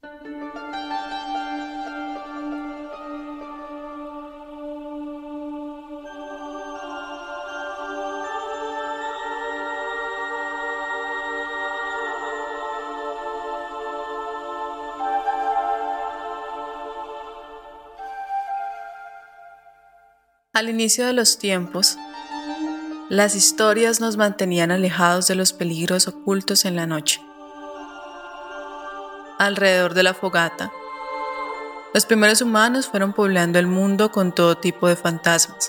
Al inicio de los tiempos, las historias nos mantenían alejados de los peligros ocultos en la noche. Alrededor de la fogata, los primeros humanos fueron poblando el mundo con todo tipo de fantasmas.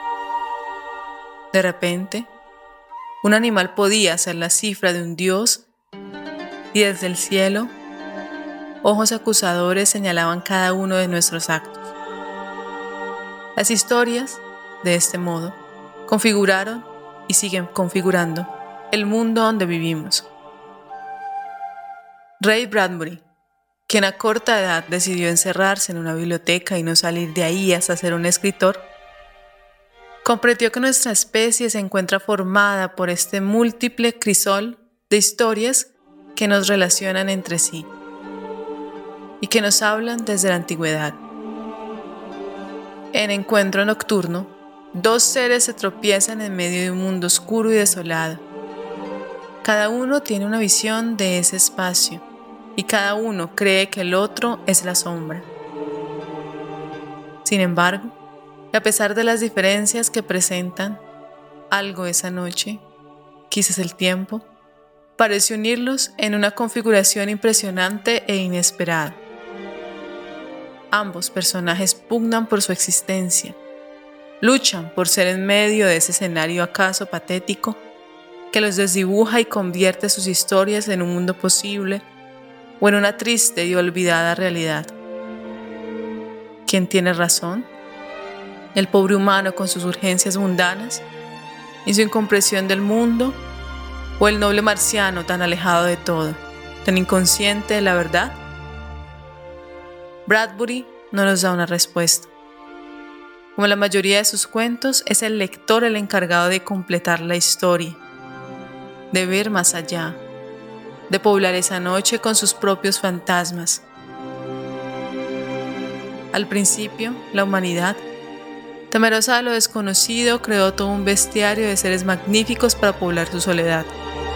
De repente, un animal podía ser la cifra de un dios y desde el cielo, ojos acusadores señalaban cada uno de nuestros actos. Las historias, de este modo, configuraron y siguen configurando el mundo donde vivimos. Ray Bradbury, quien a corta edad decidió encerrarse en una biblioteca y no salir de ahí hasta ser un escritor, comprendió que nuestra especie se encuentra formada por este múltiple crisol de historias que nos relacionan entre sí y que nos hablan desde la antigüedad. En Encuentro Nocturno, dos seres se tropiezan en medio de un mundo oscuro y desolado. Cada uno tiene una visión de ese espacio y cada uno cree que el otro es la sombra. Sin embargo, a pesar de las diferencias que presentan, algo esa noche, quizás el tiempo, parece unirlos en una configuración impresionante e inesperada. Ambos personajes pugnan por su existencia, luchan por ser en medio de ese escenario acaso patético que los desdibuja y convierte sus historias en un mundo posible o en una triste y olvidada realidad. ¿Quién tiene razón? ¿El pobre humano con sus urgencias mundanas y su incomprensión del mundo? ¿O el noble marciano tan alejado de todo, tan inconsciente de la verdad? Bradbury no nos da una respuesta. Como la mayoría de sus cuentos, es el lector el encargado de completar la historia, de ver más allá, de poblar esa noche con sus propios fantasmas. Al principio, la humanidad, temerosa de lo desconocido, creó todo un bestiario de seres magníficos para poblar su soledad.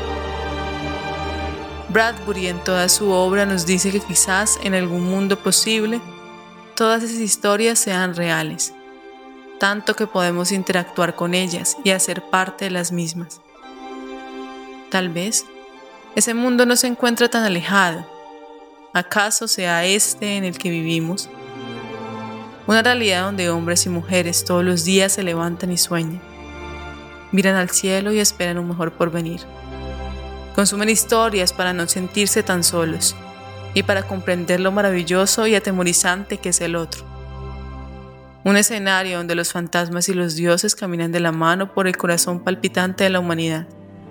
Bradbury en toda su obra nos dice que quizás en algún mundo posible todas esas historias sean reales, tanto que podemos interactuar con ellas y hacer parte de las mismas. Tal vez ese mundo no se encuentra tan alejado. ¿Acaso sea este en el que vivimos? Una realidad donde hombres y mujeres todos los días se levantan y sueñan, miran al cielo y esperan un mejor porvenir. Consumen historias para no sentirse tan solos y para comprender lo maravilloso y atemorizante que es el otro. Un escenario donde los fantasmas y los dioses caminan de la mano por el corazón palpitante de la humanidad.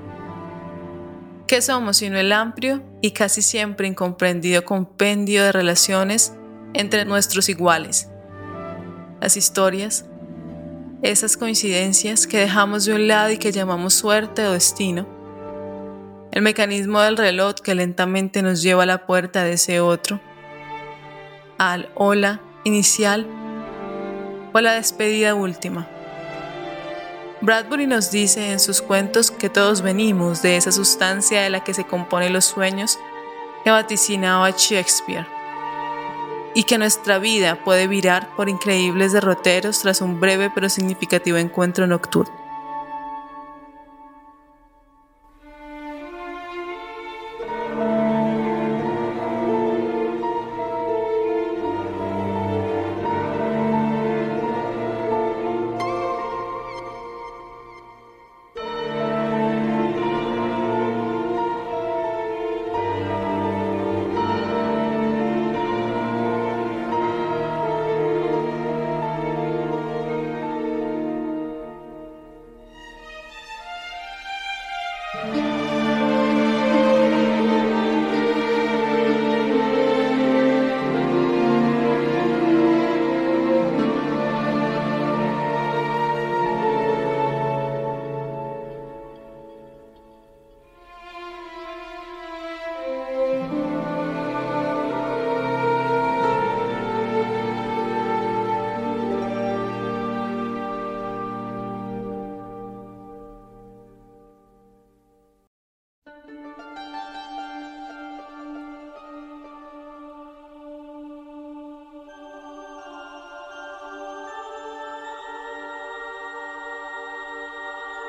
¿Qué somos sino el amplio y casi siempre incomprendido compendio de relaciones entre nuestros iguales? Las historias, esas coincidencias que dejamos de un lado y que llamamos suerte o destino, el mecanismo del reloj que lentamente nos lleva a la puerta de ese otro, al hola inicial o a la despedida última. Bradbury nos dice en sus cuentos que todos venimos de esa sustancia de la que se componen los sueños que vaticinaba Shakespeare, y que nuestra vida puede virar por increíbles derroteros tras un breve pero significativo encuentro nocturno.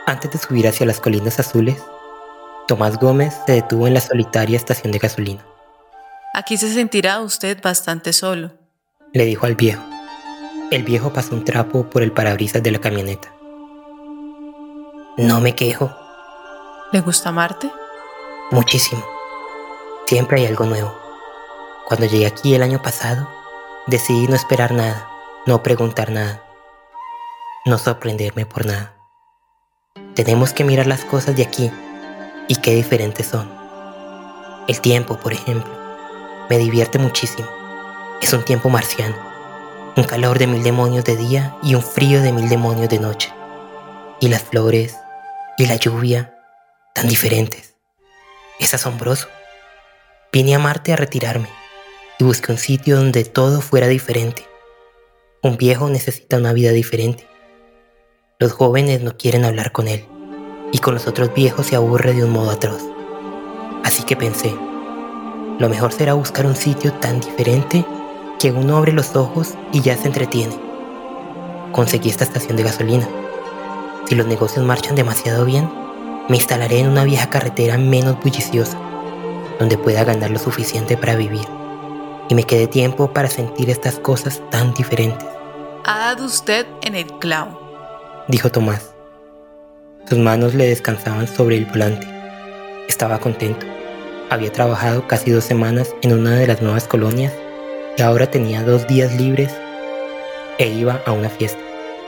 Antes de subir hacia las colinas azules, Tomás Gómez se detuvo en la solitaria estación de gasolina. Aquí se sentirá usted bastante solo, Le dijo al viejo. El viejo pasó un trapo por el parabrisas de la camioneta. No me quejo. ¿Le gusta Marte? Muchísimo. Siempre hay algo nuevo. Cuando llegué aquí el año pasado, decidí no esperar nada, no preguntar nada, no sorprenderme por nada. Tenemos que mirar las cosas de aquí y qué diferentes son. El tiempo, por ejemplo, me divierte muchísimo. Es un tiempo marciano, un calor de 1000 demonios de día y un frío de 1000 demonios de noche. Y las flores y la lluvia, tan diferentes. Es asombroso. Vine a Marte a retirarme y busqué un sitio donde todo fuera diferente. Un viejo necesita una vida diferente. Los jóvenes no quieren hablar con él, y con los otros viejos se aburre de un modo atroz. Así que pensé, lo mejor será buscar un sitio tan diferente que uno abre los ojos y ya se entretiene. Conseguí esta estación de gasolina. Si los negocios marchan demasiado bien, me instalaré en una vieja carretera menos bulliciosa, donde pueda ganar lo suficiente para vivir, y me quede tiempo para sentir estas cosas tan diferentes. Ha dado usted en el clavo, Dijo Tomás. Sus manos le descansaban sobre el volante. Estaba contento. Había trabajado casi 2 semanas en una de las nuevas colonias y ahora tenía 2 días libres e iba a una fiesta.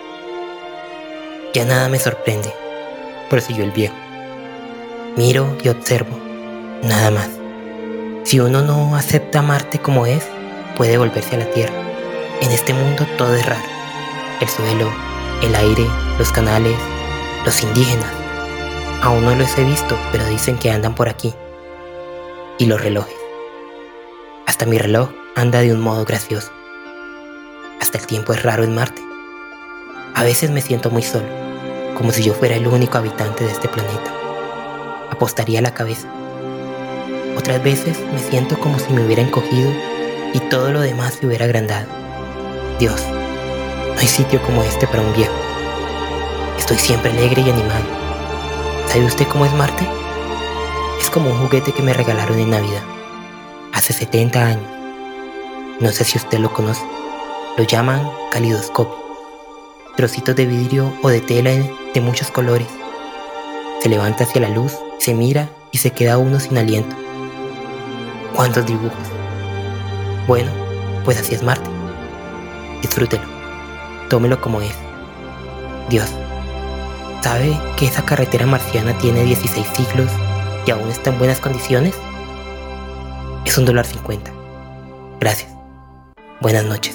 Ya nada me sorprende, prosiguió el viejo. Miro y observo, nada más. Si uno no acepta a Marte como es, puede volverse a la Tierra. En este mundo todo es raro. El suelo, el aire, los canales, los indígenas. Aún no los he visto, pero dicen que andan por aquí. Y los relojes. Hasta mi reloj anda de un modo gracioso. Hasta el tiempo es raro en Marte. A veces me siento muy solo, como si yo fuera el único habitante de este planeta. Apostaría la cabeza. Otras veces me siento como si me hubiera encogido y todo lo demás se hubiera agrandado. Dios, no hay sitio como este para un viejo. Estoy siempre alegre y animado. ¿Sabe usted cómo es Marte? Es como un juguete que me regalaron en Navidad, hace 70 años. No sé si usted lo conoce. Lo llaman calidoscopio. Trocitos de vidrio o de tela de muchos colores. Se levanta hacia la luz, se mira y se queda uno sin aliento. ¿Cuántos dibujos? Bueno, pues así es Marte. Disfrútelo. Tómelo como es. Dios, ¿sabe que esa carretera marciana tiene 16 siglos y aún está en buenas condiciones? Es $1.50. Gracias. Buenas noches.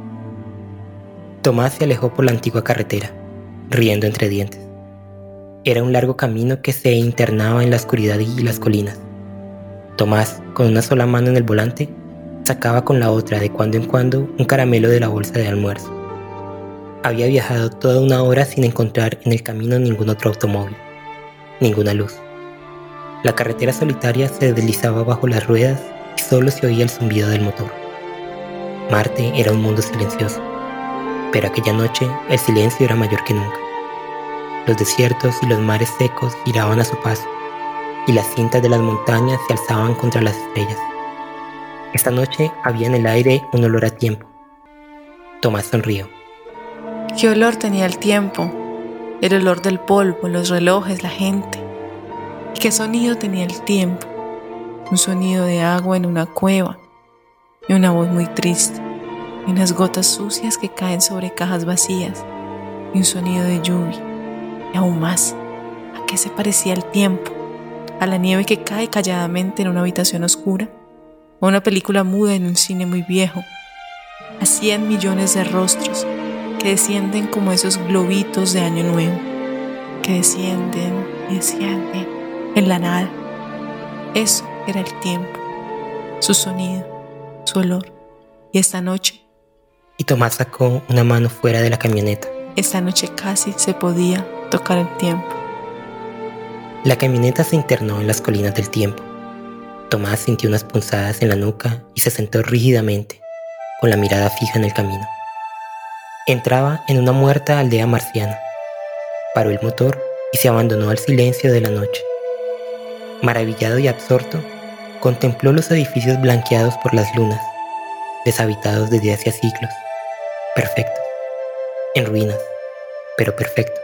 Tomás se alejó por la antigua carretera, riendo entre dientes. Era un largo camino que se internaba en la oscuridad y las colinas. Tomás, con una sola mano en el volante, sacaba con la otra de cuando en cuando un caramelo de la bolsa de almuerzo. Había viajado toda una hora sin encontrar en el camino ningún otro automóvil, ninguna luz. La carretera solitaria se deslizaba bajo las ruedas y solo se oía el zumbido del motor. Marte era un mundo silencioso, pero aquella noche el silencio era mayor que nunca. Los desiertos y los mares secos giraban a su paso, y las cintas de las montañas se alzaban contra las estrellas. Esta noche había en el aire un olor a tiempo. Tomás sonrió. ¿Qué olor tenía el tiempo? El olor del polvo, los relojes, la gente. ¿Y qué sonido tenía el tiempo? Un sonido de agua en una cueva, y una voz muy triste, y unas gotas sucias que caen sobre cajas vacías, y un sonido de lluvia. Y aún más, ¿a qué se parecía el tiempo? ¿A la nieve que cae calladamente en una habitación oscura? ¿O a una película muda en un cine muy viejo? A 100 millones de rostros que descienden como esos globitos de Año Nuevo, que descienden y descienden en la nada. Eso era el tiempo, su sonido, su olor. Y esta noche... Y Tomás sacó una mano fuera de la camioneta. Esta noche casi se podía tocar el tiempo. La camioneta se internó en las colinas del tiempo. Tomás sintió unas punzadas en la nuca y se sentó rígidamente, con la mirada fija en el camino. Entraba en una muerta aldea marciana. Paró el motor y se abandonó al silencio de la noche. Maravillado y absorto, contempló los edificios blanqueados por las lunas, deshabitados desde hacía siglos, perfectos, en ruinas, pero perfectos.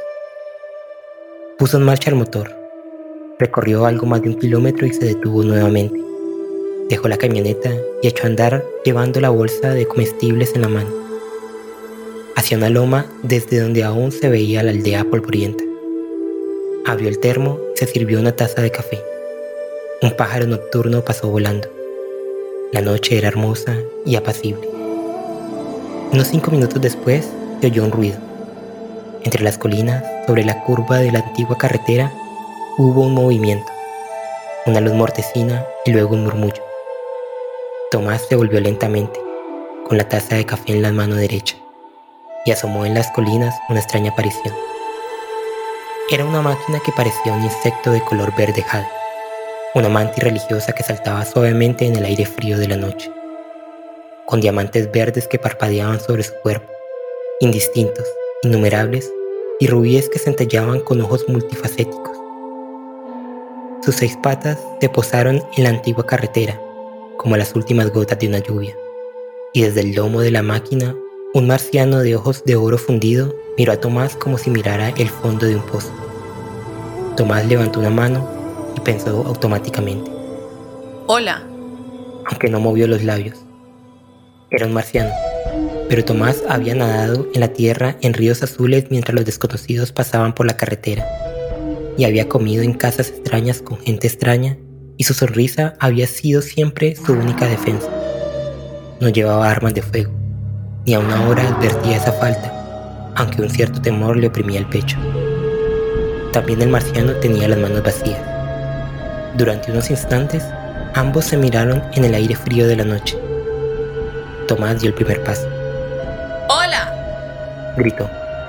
Puso en marcha el motor, recorrió algo más de 1 kilómetro y se detuvo nuevamente. Dejó la camioneta y echó a andar llevando la bolsa de comestibles en la mano, hacia una loma desde donde aún se veía la aldea polvorienta. Abrió el termo y se sirvió una taza de café. Un pájaro nocturno pasó volando. La noche era hermosa y apacible. Unos 5 minutos después se oyó un ruido. Entre las colinas, sobre la curva de la antigua carretera, hubo un movimiento, una luz mortecina y luego un murmullo. Tomás se volvió lentamente, con la taza de café en la mano derecha, y asomó en las colinas una extraña aparición. Era una máquina que parecía un insecto de color verde jade, una mantis religiosa que saltaba suavemente en el aire frío de la noche, con diamantes verdes que parpadeaban sobre su cuerpo, indistintos, innumerables, y rubíes que centelleaban con ojos multifacéticos. Sus 6 patas se posaron en la antigua carretera, como las últimas gotas de una lluvia, y desde el lomo de la máquina, un marciano de ojos de oro fundido miró a Tomás como si mirara el fondo de un pozo. Tomás levantó una mano y pensó automáticamente. Hola. Aunque no movió los labios. Era un marciano, pero Tomás había nadado en la tierra en ríos azules mientras los desconocidos pasaban por la carretera, y había comido en casas extrañas con gente extraña, y su sonrisa había sido siempre su única defensa. No llevaba armas de fuego, ni aún ahora advertía esa falta, aunque un cierto temor le oprimía el pecho. También el marciano tenía las manos vacías. Durante unos instantes, ambos se miraron en el aire frío de la noche. Tomás dio el primer paso. ¡Hola!, gritó.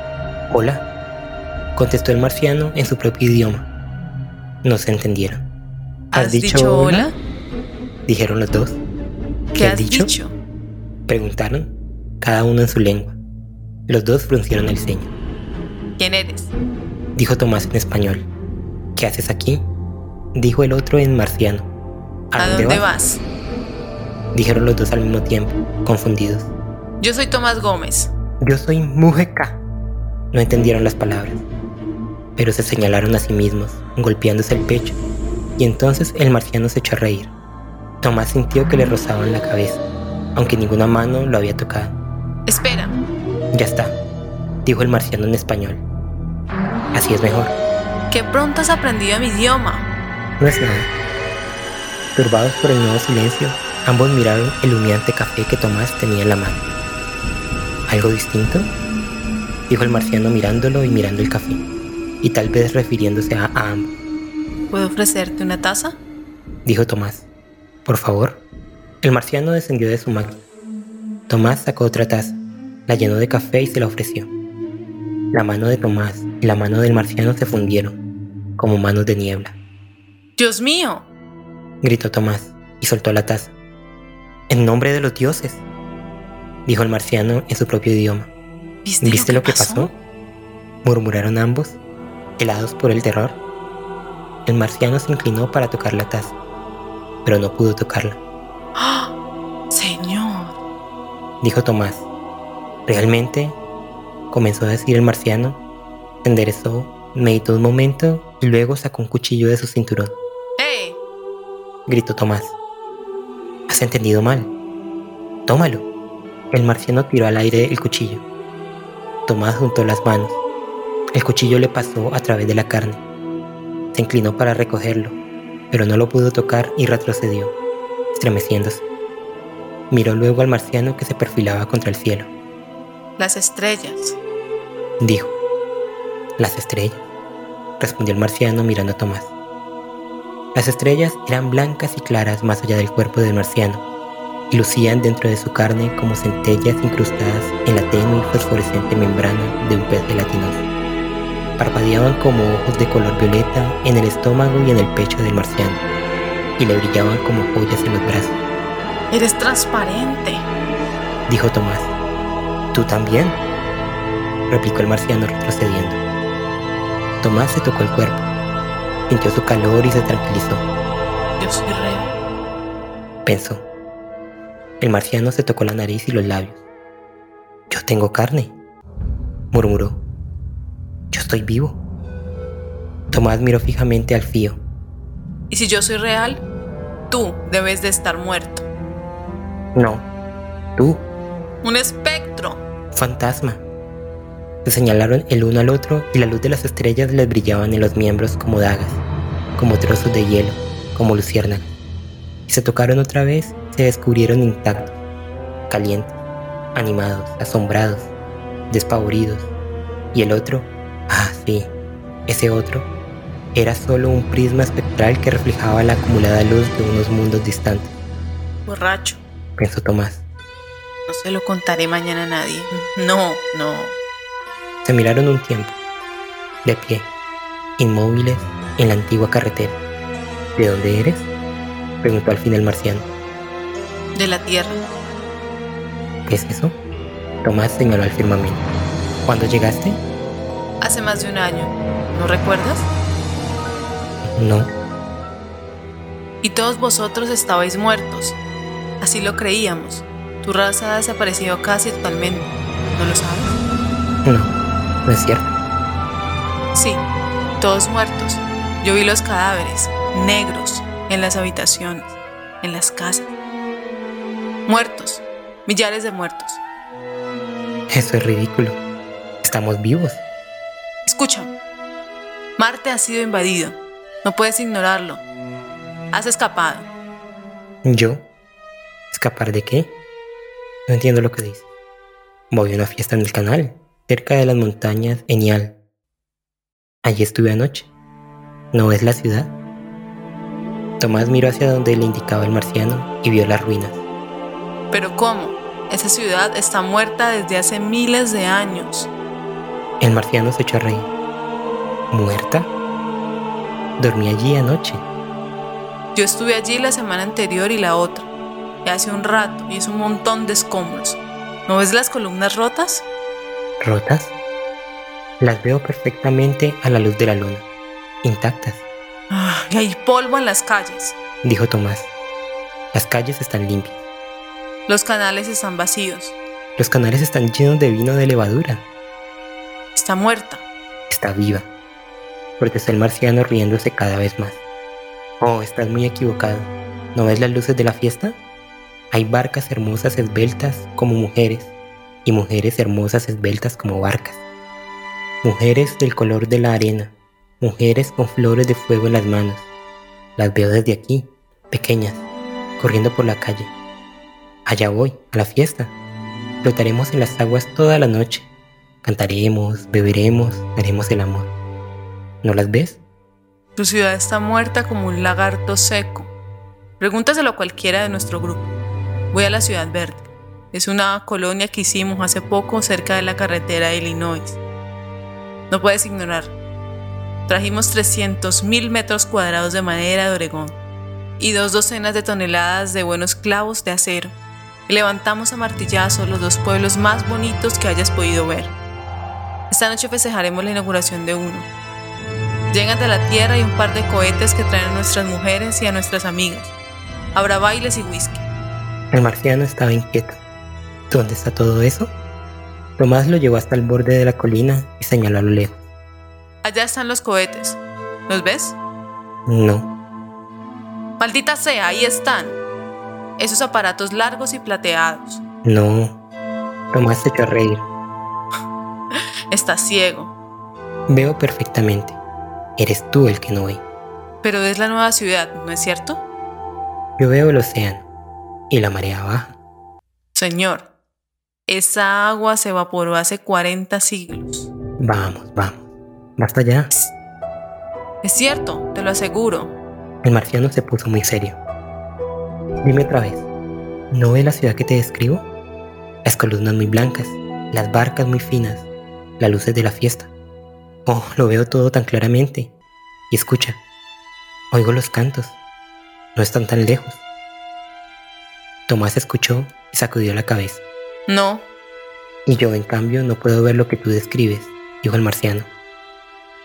«¿Hola?», contestó el marciano en su propio idioma. No se entendieron. ¿Has dicho hola?, dijeron los dos. ¿Qué has dicho?, preguntaron, cada uno en su lengua. Los dos fruncieron el ceño. ¿Quién eres?, dijo Tomás en español. «¿Qué haces aquí?», dijo el otro en marciano. ¿A dónde vas?», dijeron los dos al mismo tiempo, confundidos. «Yo soy Tomás Gómez». «Yo soy Mujeca». No entendieron las palabras, pero se señalaron a sí mismos, golpeándose el pecho, y entonces el marciano se echó a reír. Tomás sintió que le rozaban la cabeza, aunque ninguna mano lo había tocado. «Espera». «Ya está», dijo el marciano en español. «Así es mejor». «Qué pronto has aprendido mi idioma». «No es nada». Turbados por el nuevo silencio, ambos miraron el humeante café que Tomás tenía en la mano. «¿Algo distinto?», dijo el marciano mirándolo y mirando el café, y tal vez refiriéndose a ambos. «¿Puedo ofrecerte una taza?», dijo Tomás. «Por favor». El marciano descendió de su máquina. Tomás sacó otra taza, la llenó de café y se la ofreció. La mano de Tomás y la mano del marciano se fundieron, como manos de niebla. «¡Dios mío!», gritó Tomás y soltó la taza. «En nombre de los dioses», dijo el marciano en su propio idioma. ¿Viste lo que pasó?, murmuraron ambos, helados por el terror. El marciano se inclinó para tocar la taza, pero no pudo tocarla. ¡Oh, Señor!, dijo Tomás. «¿Realmente?», comenzó a decir el marciano. Se enderezó, meditó un momento y luego sacó un cuchillo de su cinturón. ¡Eh!, gritó Tomás. «Has entendido mal. Tómalo». El marciano tiró al aire el cuchillo. Tomás juntó las manos. El cuchillo le pasó a través de la carne. Se inclinó para recogerlo, pero no lo pudo tocar y retrocedió, estremeciéndose. Miró luego al marciano que se perfilaba contra el cielo. «Las estrellas», dijo. «Las estrellas», respondió el marciano mirando a Tomás. Las estrellas eran blancas y claras más allá del cuerpo del marciano, y lucían dentro de su carne como centellas incrustadas en la tenue y fosforescente membrana de un pez gelatinoso. Parpadeaban como ojos de color violeta en el estómago y en el pecho del marciano, y le brillaban como joyas en los brazos. «Eres transparente», dijo Tomás. «¿Tú también?», replicó el marciano retrocediendo. Tomás se tocó el cuerpo, sintió su calor y se tranquilizó. Yo soy real. Pensó. El marciano se tocó la nariz y los labios. Yo tengo carne, murmuró. Yo estoy vivo. Tomás miró fijamente al Fío. ¿Y si yo soy real? Tú debes de estar muerto. No, tú. ¡Un espectro! Fantasma. Se señalaron el uno al otro y la luz de las estrellas les brillaban en los miembros como dagas, como trozos de hielo, como luciérnagas. Y se tocaron otra vez, se descubrieron intactos, calientes, animados, asombrados, despavoridos. Y el otro, sí, ese otro, era solo un prisma espectral que reflejaba la acumulada luz de unos mundos distantes. Borracho. Pensó Tomás. No se lo contaré mañana a nadie. No. Se miraron un tiempo, de pie, inmóviles en la antigua carretera. ¿De dónde eres?, preguntó al fin el marciano. De la tierra. ¿Qué es eso? Tomás señaló al firmamento. ¿Cuándo llegaste? Hace más de un año. ¿No recuerdas? No. Y todos vosotros estabais muertos. Así lo creíamos. Tu raza ha desaparecido casi totalmente. ¿No lo sabes? No es cierto. Sí, todos muertos. Yo vi los cadáveres, negros, en las habitaciones, en las casas. Muertos, millares de muertos. Eso es ridículo. Estamos vivos. Escúchame. Marte ha sido invadido. No puedes ignorarlo. Has escapado. ¿Yo? ¿Escapar de qué? No entiendo lo que dices. Voy a una fiesta en el canal, cerca de las montañas Enial. Allí estuve anoche. ¿No ves la ciudad? Tomás miró hacia donde le indicaba el marciano y vio las ruinas. ¿Pero cómo? Esa ciudad está muerta desde hace miles de años. El marciano se echó a reír. ¿Muerta? Dormí allí anoche. Yo estuve allí la semana anterior y la otra. Y hace un rato y es un montón de escombros. ¿No ves las columnas rotas? ¿Rotas? Las veo perfectamente a la luz de la luna, intactas. Y hay polvo en las calles. Dijo Tomás. Las calles están limpias. Los canales están vacíos. Los canales están llenos de vino de levadura. Está muerta. Está viva, protestó el marciano riéndose cada vez más. Oh, estás muy equivocado. ¿No ves las luces de la fiesta? Hay barcas hermosas esbeltas como mujeres, y mujeres hermosas esbeltas como barcas. Mujeres del color de la arena, mujeres con flores de fuego en las manos. Las veo desde aquí, pequeñas, corriendo por la calle. Allá voy, a la fiesta. Flotaremos en las aguas toda la noche. Cantaremos, beberemos, haremos el amor. ¿No las ves? Tu ciudad está muerta como un lagarto seco. Pregúntaselo a cualquiera de nuestro grupo. Voy a la Ciudad Verde. Es una colonia que hicimos hace poco cerca de la carretera de Illinois. No puedes ignorar. Trajimos 300,000 metros cuadrados de madera de Oregón y 2 docenas de toneladas de buenos clavos de acero. Y levantamos a martillazos los 2 pueblos más bonitos que hayas podido ver. Esta noche festejaremos la inauguración de uno. Llegan de la tierra y un par de cohetes que traen a nuestras mujeres y a nuestras amigas. Habrá bailes y whisky. El marciano estaba inquieto. ¿Dónde está todo eso? Tomás lo llevó hasta el borde de la colina y señaló a lo lejos. Allá están los cohetes. ¿Los ves? No. Maldita sea, ahí están. Esos aparatos largos y plateados. No. Tomás se echó a reír. Estás ciego. Veo perfectamente. Eres tú el que no ve. Pero es la nueva ciudad, ¿no es cierto? Yo veo el océano y la marea baja. Señor, esa agua se evaporó hace 40 siglos. Vamos. Basta ya. Es cierto, te lo aseguro. El marciano se puso muy serio. Dime otra vez. ¿No ves la ciudad que te describo? Las columnas muy blancas, las barcas muy finas, las luces de la fiesta. Oh, lo veo todo tan claramente. Y escucha, oigo los cantos. No están tan lejos. Tomás escuchó y sacudió la cabeza. No. Y yo, en cambio, no puedo ver lo que tú describes, dijo el marciano.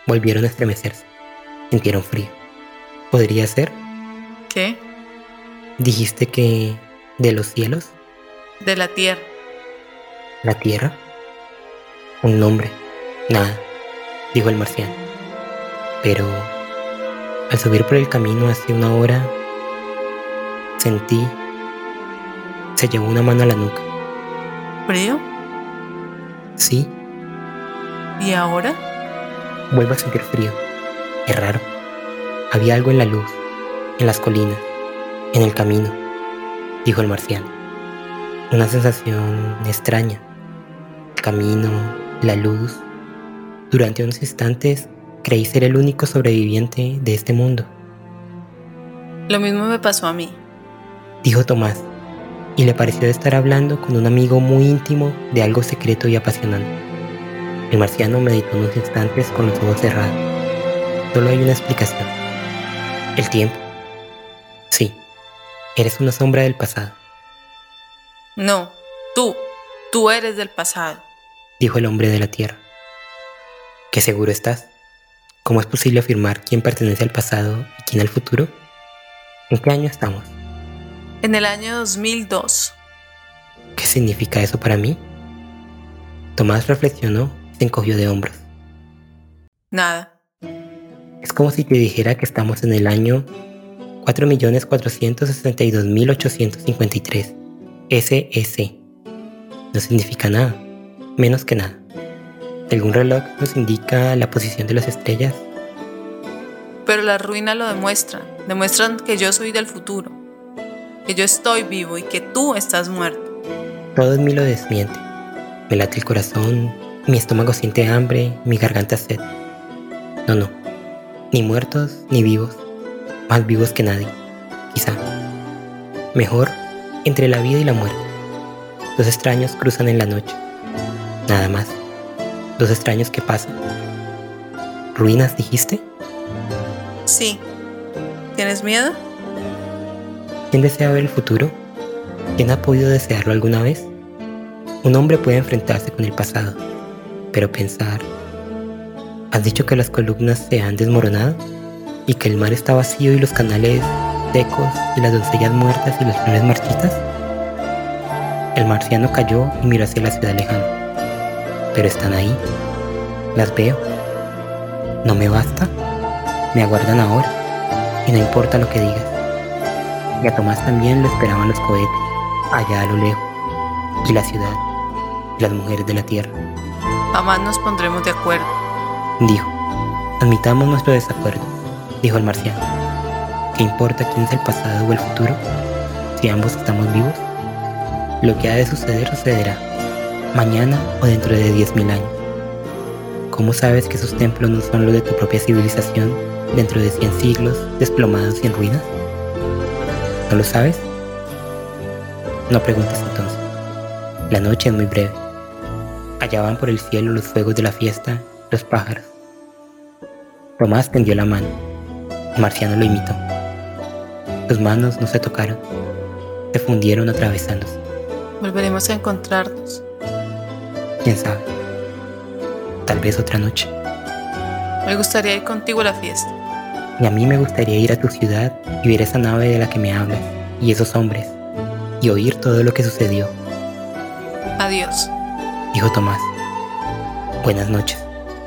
volvieron a estremecerse. Sintieron frío. ¿Podría ser? ¿Qué? Dijiste que de los cielos, De la tierra. la tierra. Un nombre. Nada, dijo el marciano. Pero al subir por el camino hace una hora, sentí... Se llevó una mano a la nuca. ¿Frío? Sí, ¿Y ahora? vuelvo a sentir frío. Es raro. Había algo en la luz, en las colinas, en el camino, dijo el marciano. Una sensación extraña. El camino, la luz. Durante unos instantes creí ser el único sobreviviente de este mundo, Lo mismo me pasó a mí. dijo Tomás, y le pareció estar hablando con un amigo muy íntimo de algo secreto y apasionante. El marciano meditó unos instantes con los ojos cerrados. Solo hay una explicación. El tiempo. Sí, eres una sombra del pasado, No, tú eres del pasado. dijo el hombre de la tierra. ¿Qué seguro estás? ¿Cómo es posible afirmar quién pertenece al pasado y quién al futuro? ¿En qué año estamos? En el año 2002. ¿Qué significa eso para mí? Tomás reflexionó y se encogió de hombros. Nada. Es como si te dijera que estamos en el año 4.462.853. SS. No significa nada, menos que nada. ¿Algún reloj nos indica la posición de las estrellas? Pero las ruinas lo demuestran. Demuestran que yo soy del futuro. Que yo estoy vivo y que tú estás muerto. Todo en mí lo desmiente. Me late el corazón, mi estómago siente hambre, mi garganta sed. No. Ni muertos ni vivos. Más vivos que nadie, quizá. Mejor, entre la vida y la muerte. Dos extraños cruzan en la noche. Nada más. Dos extraños que pasan. ¿Ruinas dijiste? Sí. ¿Tienes miedo? ¿Quién desea ver el futuro? ¿Quién ha podido desearlo alguna vez? Un hombre puede enfrentarse con el pasado, pero pensar... ¿Has dicho que las columnas se han desmoronado? ¿Y que el mar está vacío y los canales secos y las doncellas muertas y las flores marchitas? El marciano cayó y miró hacia la ciudad lejana. Pero están ahí. Las veo. ¿No me basta? Me aguardan ahora. Y no importa lo que digas. Y a Tomás también lo esperaban los cohetes, allá a lo lejos. Y la ciudad. Y las mujeres de la tierra. Jamás nos pondremos de acuerdo. Dijo. Admitamos nuestro desacuerdo, dijo el marciano. ¿Qué importa quién es el pasado o el futuro? Si ambos estamos vivos. Lo que ha de suceder sucederá. Mañana o dentro de 10.000 años. ¿Cómo sabes que esos templos no son los de tu propia civilización dentro de 100 siglos desplomados y en ruinas? ¿No lo sabes? No preguntes entonces. La noche es muy breve. Allá van por el cielo los fuegos de la fiesta, los pájaros. Tomás tendió la mano. El marciano lo imitó. Sus manos no se tocaron. Se fundieron atravesándose. Volveremos a encontrarnos. ¿Quién sabe? Tal vez otra noche. Me gustaría ir contigo a la fiesta. Y a mí me gustaría ir a tu ciudad y ver esa nave de la que me hablas, y esos hombres, y oír todo lo que sucedió, Adiós. dijo Tomás. Buenas noches.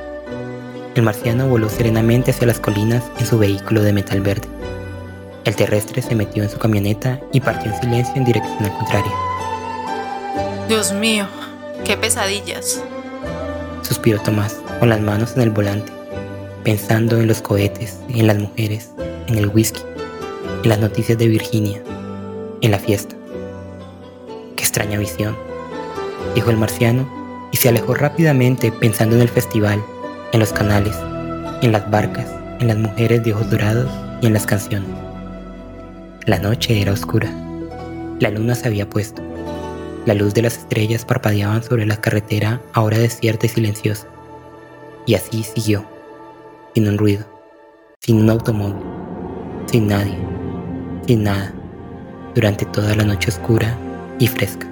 El marciano voló serenamente hacia las colinas en su vehículo de metal verde. El terrestre se metió en su camioneta y partió en silencio en dirección al contrario. Dios mío, qué pesadillas. Suspiró Tomás, con las manos en el volante, pensando en los cohetes, en las mujeres, en el whisky, en las noticias de Virginia, en la fiesta. Qué extraña visión, dijo el marciano, y se alejó rápidamente pensando en el festival, en los canales, en las barcas, en las mujeres de ojos dorados y en las canciones. La noche era oscura. La luna se había puesto. La luz de las estrellas parpadeaban sobre la carretera ahora desierta y silenciosa. Y así siguió, sin un ruido, sin un automóvil, sin nadie, sin nada, durante toda la noche oscura y fresca.